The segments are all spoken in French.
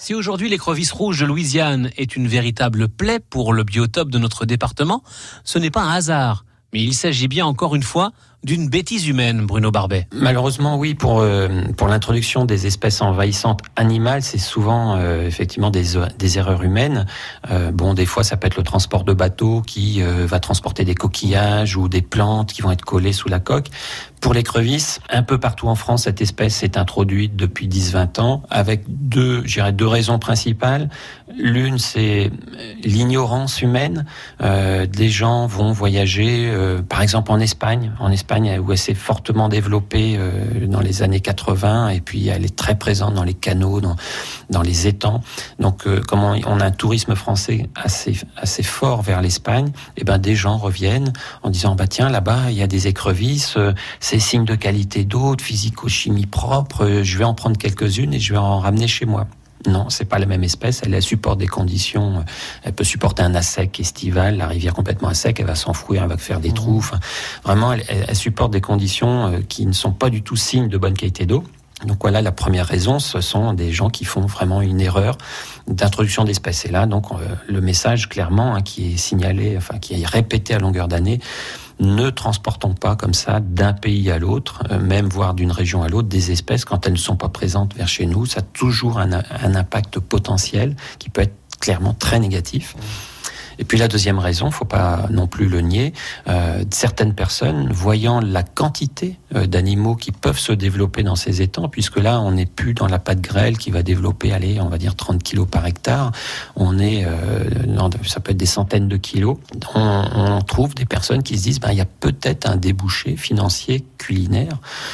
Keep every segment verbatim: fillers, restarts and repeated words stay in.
Si aujourd'hui l'écrevisse rouge de Louisiane est une véritable plaie pour le biotope de notre département, ce n'est pas un hasard. Mais il s'agit bien encore une fois d'une bêtise humaine, Bruno Barbet. Malheureusement, oui, pour euh, pour l'introduction des espèces envahissantes animales, c'est souvent euh, effectivement des des erreurs humaines. Euh, bon, des fois, ça peut être le transport de bateau qui euh, va transporter des coquillages ou des plantes qui vont être collées sous la coque. Pour l'écrevisse, un peu partout en France, cette espèce est introduite depuis dix à vingt ans avec deux, je dirais, deux raisons principales. L'une, c'est l'ignorance humaine. Euh, des gens vont voyager, euh, par exemple en Espagne, en Espagne où elle s'est fortement développée euh, dans les années quatre-vingts, et puis elle est très présente dans les canaux, dans, dans les étangs. Donc, euh, comme on, on a un tourisme français assez, assez fort vers l'Espagne, et ben des gens reviennent en disant bah tiens, là-bas il y a des écrevisses, euh, c'est signe de qualité d'eau, de physico-chimie propre, euh, je vais en prendre quelques-unes et je vais en ramener chez moi. Non, c'est pas la même espèce. Elle, elle supporte des conditions. Elle peut supporter un assec estival, la rivière complètement à sec. Elle va s'enfouir, elle va faire des trous. Enfin, vraiment, elle, elle supporte des conditions qui ne sont pas du tout signes de bonne qualité d'eau. Donc voilà, la première raison, ce sont des gens qui font vraiment une erreur d'introduction d'espèces. Et là, donc, euh, le message clairement hein, qui est signalé, enfin qui est répété à longueur d'année. Ne transportons pas comme ça d'un pays à l'autre, euh, même voire d'une région à l'autre, des espèces quand elles ne sont pas présentes vers chez nous. Ça a toujours un, un impact potentiel qui peut être clairement très négatif. Et puis la deuxième raison, faut pas non plus le nier, euh, certaines personnes, voyant la quantité euh, d'animaux qui peuvent se développer dans ces étangs, puisque là, on n'est plus dans la patte grêle qui va développer, allez, on va dire trente kilos par hectare, on est, euh, dans, ça peut être des centaines de kilos, on, on trouve des personnes qui se disent, ben, il y a peut-être un débouché financier, culinaire,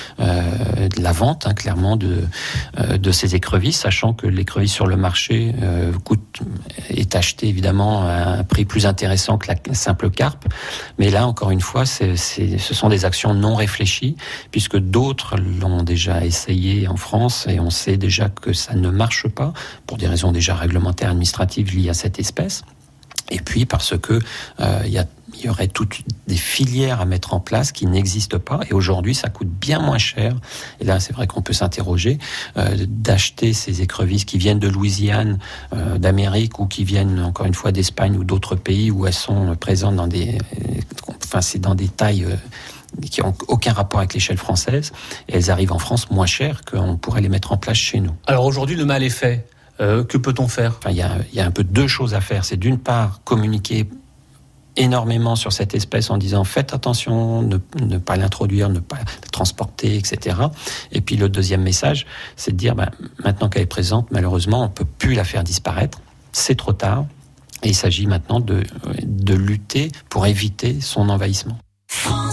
euh, de la vente, hein, clairement, de, euh, de ces écrevisses, sachant que l'écrevisse sur le marché euh, coûte, est achetée évidemment à un prix plus intéressant que la simple carpe. Mais là, encore une fois, c'est, c'est, ce sont des actions non réfléchies, puisque d'autres l'ont déjà essayé en France et on sait déjà que ça ne marche pas, pour des raisons déjà réglementaires, administratives liées à cette espèce. Et puis parce que euh, il y a il y aurait toutes des filières à mettre en place qui n'existent pas. Et aujourd'hui, ça coûte bien moins cher. Et là, c'est vrai qu'on peut s'interroger euh, d'acheter ces écrevisses qui viennent de Louisiane, euh, d'Amérique, ou qui viennent encore une fois d'Espagne ou d'autres pays où elles sont présentes dans des, euh, enfin, c'est dans des tailles euh, qui n'ont aucun rapport avec l'échelle française. Et elles arrivent en France moins chères qu'on pourrait les mettre en place chez nous. Alors aujourd'hui, le mal est fait. Euh, que peut-on faire ? Enfin, il y a, il y a un peu deux choses à faire. C'est d'une part communiquer énormément sur cette espèce en disant faites attention, ne, ne pas l'introduire, ne pas la transporter, et cetera. Et puis le deuxième message, c'est de dire ben, maintenant qu'elle est présente, malheureusement, on ne peut plus la faire disparaître. C'est trop tard. Et il s'agit maintenant de, de lutter pour éviter son envahissement.